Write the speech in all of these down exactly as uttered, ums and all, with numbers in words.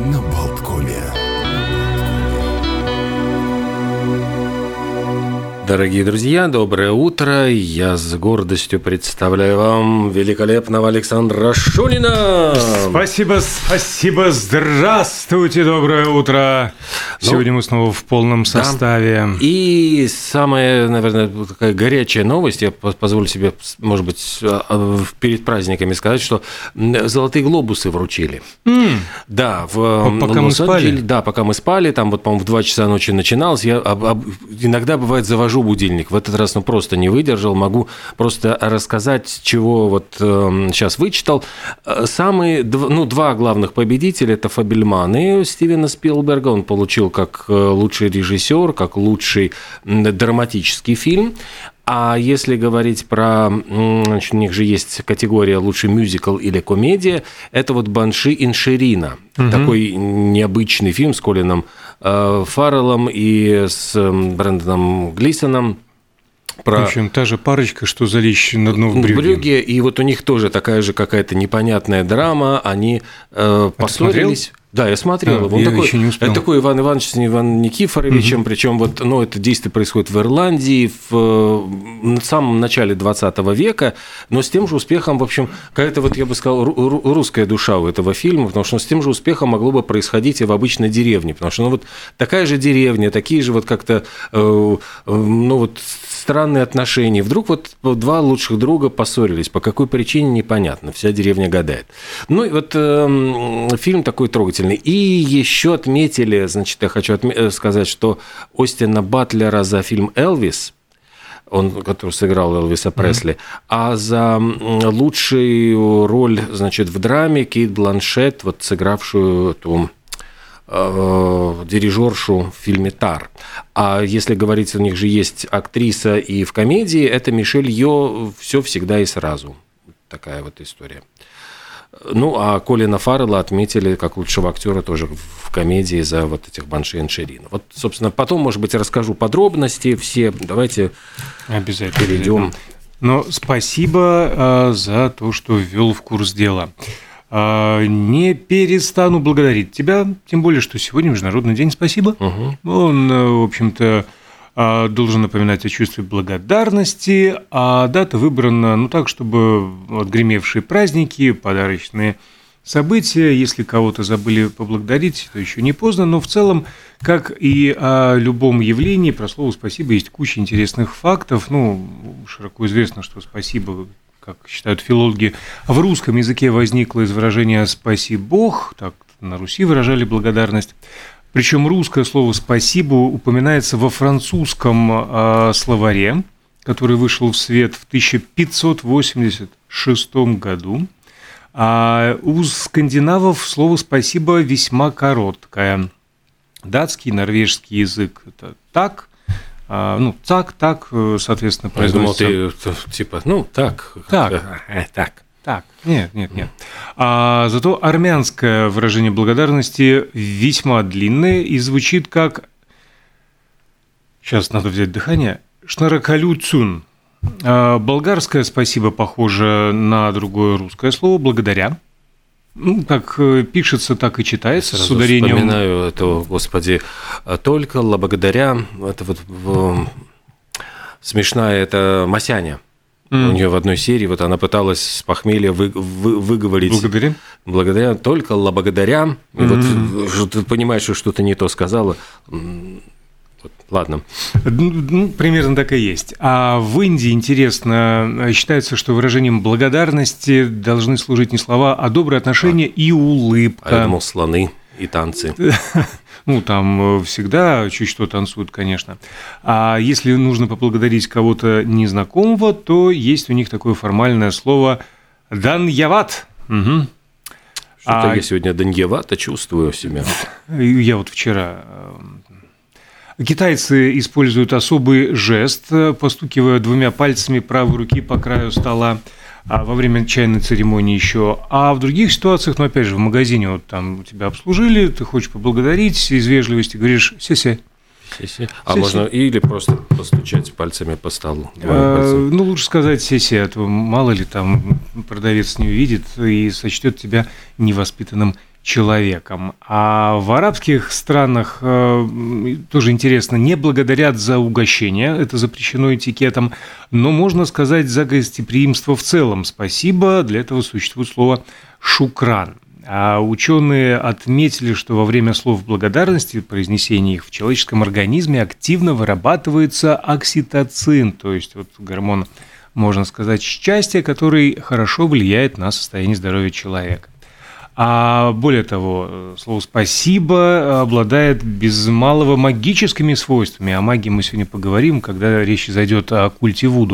на Болткоме. Дорогие друзья, доброе утро. Я с гордостью представляю вам великолепного Александра Шунина. Спасибо, спасибо. Здравствуйте, доброе утро. Сегодня ну, мы снова в полном составе. Да. И самая, наверное, такая горячая новость, я позволю себе, может быть, перед праздниками сказать, что золотые глобусы вручили. Mm. Да, в пока мы спали. Да, пока мы спали, там вот, по-моему, в два часа ночи начиналось. Я об, об, иногда бывает завожу будильник. В этот раз ну, просто не выдержал. Могу просто рассказать, чего вот э, сейчас вычитал. Самые, ну, два главных победителя – это «Фабельманы» Стивена Спилберга. Он получил как лучший режиссер, как лучший драматический фильм. А если говорить про... Значит, у них же есть категория «Лучший мюзикл» или «Комедия». Это вот «Банши Инширина». Угу. Такой необычный фильм с Колином э, Фарреллом и с Брэндоном Глисоном. Про... В общем, та же парочка, что залечь на дно в Брюгге. В Брюгге. И вот у них тоже такая же какая-то непонятная драма. Они э, поссорились. Да, я смотрел. А, Он я такой, еще не успел. Это такой Иван Иванович с Иваном Никифоровичем, угу. Причем вот, ну, это действие происходит в Ирландии в, в самом начале двадцатого века, но с тем же успехом, в общем, какая-то, вот я бы сказал, русская душа у этого фильма, потому что с тем же успехом могло бы происходить и в обычной деревне, потому что, ну, вот такая же деревня, такие же вот как-то, э, ну, вот странные отношения. Вдруг вот два лучших друга поссорились, по какой причине непонятно, вся деревня гадает. Ну, и вот э, фильм такой трогательный. И еще отметили, значит, я хочу отме- сказать, что Остина Батлера за фильм «Элвис», он, который сыграл Элвиса Пресли, mm-hmm. а за лучшую роль, значит, в драме Кейт Бланшетт, вот сыгравшую эту э, дирижершу в фильме «Тар». А если говорить, у них же есть актриса и в комедии, это Мишель Йо «Все всегда и сразу». Такая вот история. Ну, а Колина Фаррелла отметили как лучшего актера тоже в комедии за вот этих «Банши Инширина». Вот, собственно, потом, может быть, расскажу подробности все. Давайте обязательно перейдем. Но спасибо а, за то, что ввел в курс дела. А, не перестану благодарить тебя, тем более, что сегодня Международный день спасибо. Угу. Он, в общем-то, должен напоминать о чувстве благодарности, а дата выбрана, ну, так, чтобы отгремевшие праздники, подарочные события, если кого-то забыли поблагодарить, то еще не поздно, но в целом, как и о любом явлении, про слово «спасибо» есть куча интересных фактов, ну, широко известно, что «спасибо», как считают филологи, в русском языке возникло из выражения «спаси Бог», так на Руси выражали благодарность. Причем русское слово «спасибо» упоминается во французском э, словаре, который вышел в свет в тысяча пятьсот восемьдесят шестом году. А у скандинавов слово «спасибо» весьма короткое. Датский, норвежский язык – это «так», а, ну, «так», «так», соответственно, произносится. Я думал, ты, типа, ну, «так». «Так». Э, «так». Так, нет, нет, нет. А зато армянское выражение благодарности весьма длинное и звучит как... Сейчас надо взять дыхание. Шнаракалюцун. А болгарское «спасибо» похоже на другое русское слово «благодаря». Ну, как пишется, так и читается. Я с ударением... вспоминаю этого, господи, только благодаря... Это вот смешная, это Масяня. Mm. У нее в одной серии вот она пыталась с похмелья вы, вы, выговорить. Благодаря? Благодаря, только благодаря. И mm-hmm. вот ты понимаешь, что что-то не то сказала. Вот, ладно. Ну, примерно так и есть. А в Индии, интересно, считается, что выражением благодарности должны служить не слова, а добрые отношения а. и улыбка. А я думал, слоны и танцы. Ну, там всегда чуть что танцуют, конечно. А если нужно поблагодарить кого-то незнакомого, то есть у них такое формальное слово «даньяват». Угу. Что-то а... я сегодня даньявата чувствую себя. Я вот вчера... Китайцы используют особый жест, постукивая двумя пальцами правой руки по краю стола. а во время чайной церемонии еще. А в других ситуациях, ну, опять же, в магазине вот там тебя обслужили, ты хочешь поблагодарить, из вежливости говоришь «се-се». Се-се. А се-се. Можно или просто постучать пальцами по столу? А, ну, лучше сказать «се-се», а то мало ли там продавец не увидит и сочтет тебя невоспитанным человеком. А в арабских странах э, тоже интересно, не благодарят за угощение, это запрещено этикетом, но можно сказать за гостеприимство в целом. Спасибо, для этого существует слово «шукран». А ученые отметили, что во время слов благодарности, произнесения их в человеческом организме активно вырабатывается окситоцин, то есть вот гормон, можно сказать, счастья, который хорошо влияет на состояние здоровья человека. А более того, слово «спасибо» обладает без малого магическими свойствами. О магии мы сегодня поговорим, когда речь зайдет о культе Вуду.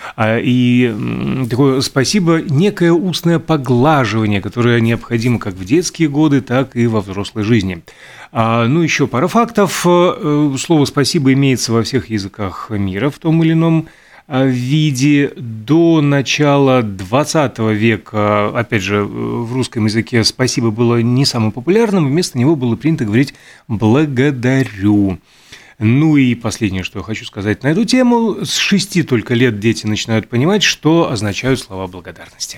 И такое «спасибо» – некое устное поглаживание, которое необходимо как в детские годы, так и во взрослой жизни. Ну, еще пара фактов. Слово «спасибо» имеется во всех языках мира в том или ином виде. До начала двадцатого века, опять же, в русском языке «спасибо» было не самым популярным, вместо него было принято говорить «благодарю». Ну и последнее, что я хочу сказать на эту тему, с шести только лет дети начинают понимать, что означают слова благодарности.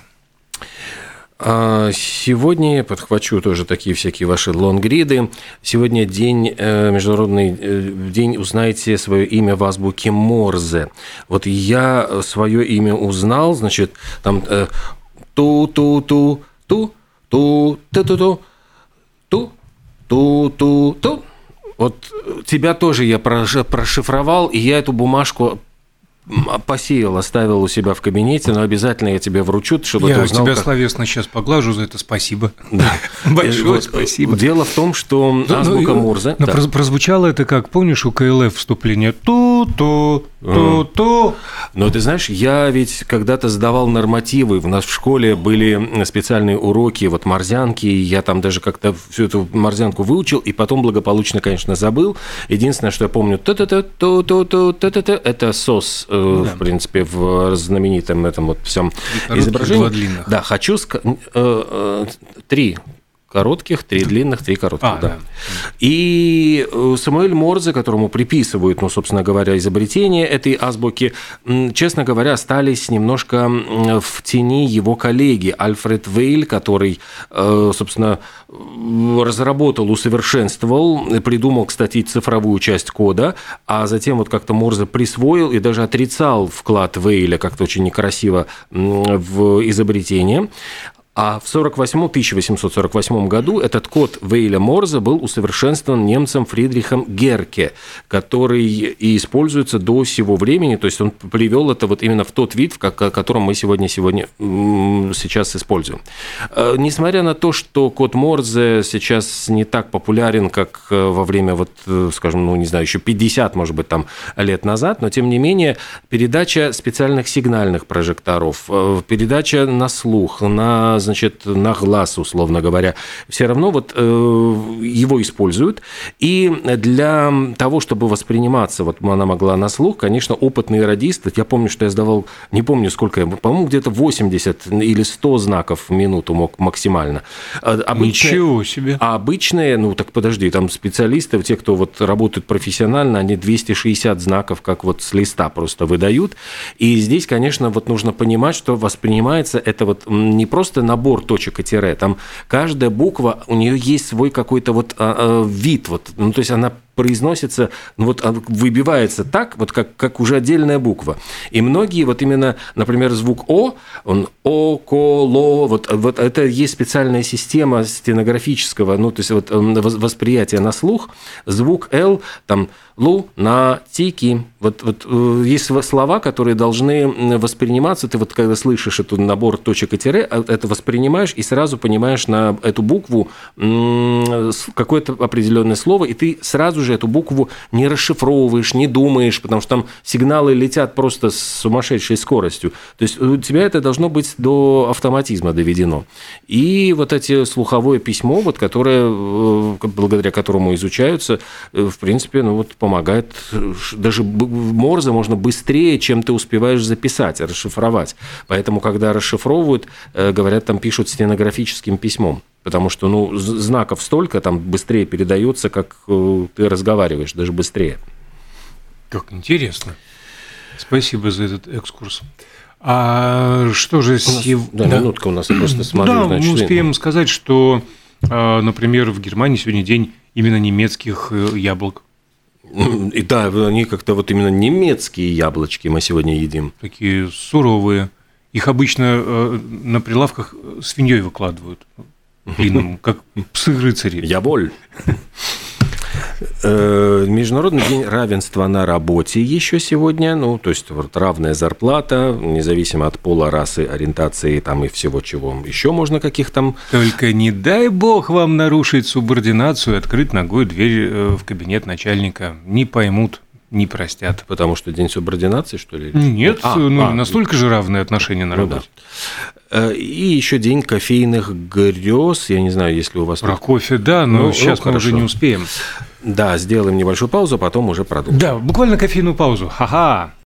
Сегодня я подхвачу тоже такие всякие ваши лонгриды. Сегодня день, международный день «Узнайте свое имя в азбуке Морзе». Вот я свое имя узнал, значит, там ту-ту-ту, ту-ту-ту-ту, ту-ту-ту-ту. Вот тебя тоже я прошифровал, и я эту бумажку посеял, оставил у себя в кабинете, но обязательно я тебе вручу, чтобы я ты узнал. Я тебя как... словесно сейчас поглажу за это, спасибо. Да. Большое вот, спасибо. Дело в том, что да, азбука ну, Морзе... Но да. прозвучало это как, помнишь, у ка эл эф вступление «ту-ту», «ту-ту». Но ты знаешь, я ведь когда-то сдавал нормативы, у нас в школе были специальные уроки, вот морзянки, я там даже как-то всю эту морзянку выучил, и потом благополучно, конечно, забыл. Единственное, что я помню, это сос, да. В принципе, в знаменитом этом вот всем изображении. Да, хочу сказать, три коротких, три длинных, три коротких, а, да. да. И Самуэль Морзе, которому приписывают, ну, собственно говоря, изобретение этой азбуки, честно говоря, остались немножко в тени его коллеги Альфред Вейль, который, собственно, разработал, усовершенствовал, придумал, кстати, цифровую часть кода, а затем вот как-то Морзе присвоил и даже отрицал вклад Вейля как-то очень некрасиво в изобретение. А в тысяча восемьсот сорок восьмом году этот код Вейля Морзе был усовершенствован немцем Фридрихом Герке, который и используется до сего времени, то есть он привел это вот именно в тот вид, в котором мы сегодня, сегодня сейчас используем. Несмотря на то, что код Морзе сейчас не так популярен, как во время, вот, скажем, ну, не знаю, еще пятьдесят, может быть, там, лет назад, но, тем не менее, передача специальных сигнальных прожекторов, передача на слух, на значит, на глаз, условно говоря, все равно вот э, его используют. И для того, чтобы восприниматься, вот она могла на слух, конечно, опытный радист, я помню, что я сдавал, не помню сколько, по-моему, где-то восемьдесят или сто знаков в минуту мог максимально. Обычные, Ничего себе! А обычные, ну так подожди, там специалисты, те, кто вот работают профессионально, они двести шестьдесят знаков как вот с листа просто выдают. И здесь, конечно, вот нужно понимать, что воспринимается это вот не просто на набор точек и тире, там каждая буква, у нее есть свой какой-то вот а, а, вид, вот, ну, то есть она произносится, ну, вот выбивается так, вот как, как уже отдельная буква. И многие, вот именно, например, звук О, он О, Ко, Ло, вот, вот это есть специальная система стенографического, ну, то есть вот восприятия на слух, звук Л, там, Лу, На, Тики, вот, вот есть слова, которые должны восприниматься, ты вот когда слышишь этот набор точек и тире, это воспринимаешь и сразу понимаешь на эту букву какое-то определенное слово, и ты сразу же эту букву не расшифровываешь, не думаешь, потому что там сигналы летят просто с сумасшедшей скоростью. То есть у тебя это должно быть до автоматизма доведено. И вот эти слуховое письмо, вот, которое, благодаря которому изучаются, в принципе, ну, вот, помогает. Даже Морзе можно быстрее, чем ты успеваешь записать, расшифровать. Поэтому, когда расшифровывают, говорят, там пишут стенографическим письмом. Потому что, ну, знаков столько, там быстрее передается, как ты разговариваешь, даже быстрее. Как интересно. Спасибо за этот экскурс. А что же... У нас, сев... Да, да, минутка у нас просто смотрю. Да, мы успеем сказать, что Например, в Германии сегодня день именно немецких яблок. И да, они как-то вот именно немецкие яблочки мы сегодня едим. Такие суровые. Их обычно на прилавках свиньей выкладывают. Блин, как псы-рыцари. Яболь. Международный день равенства на работе еще сегодня, ну, то есть вот равная зарплата, независимо от пола, расы, ориентации там и всего чего. Еще можно каких там... Только не дай бог вам нарушить субординацию и открыть ногой дверь в кабинет начальника. Не поймут, не простят. Потому что день субординации, что ли? Нет, а, ну, а, настолько же равные отношения на ну, работе. Да. И еще день кофейных грез. Я не знаю, если у вас... Про кофе, да, но ну, сейчас ну, мы уже не успеем. Да, сделаем небольшую паузу, потом уже продолжим. Да, буквально кофейную паузу. Ха-ха!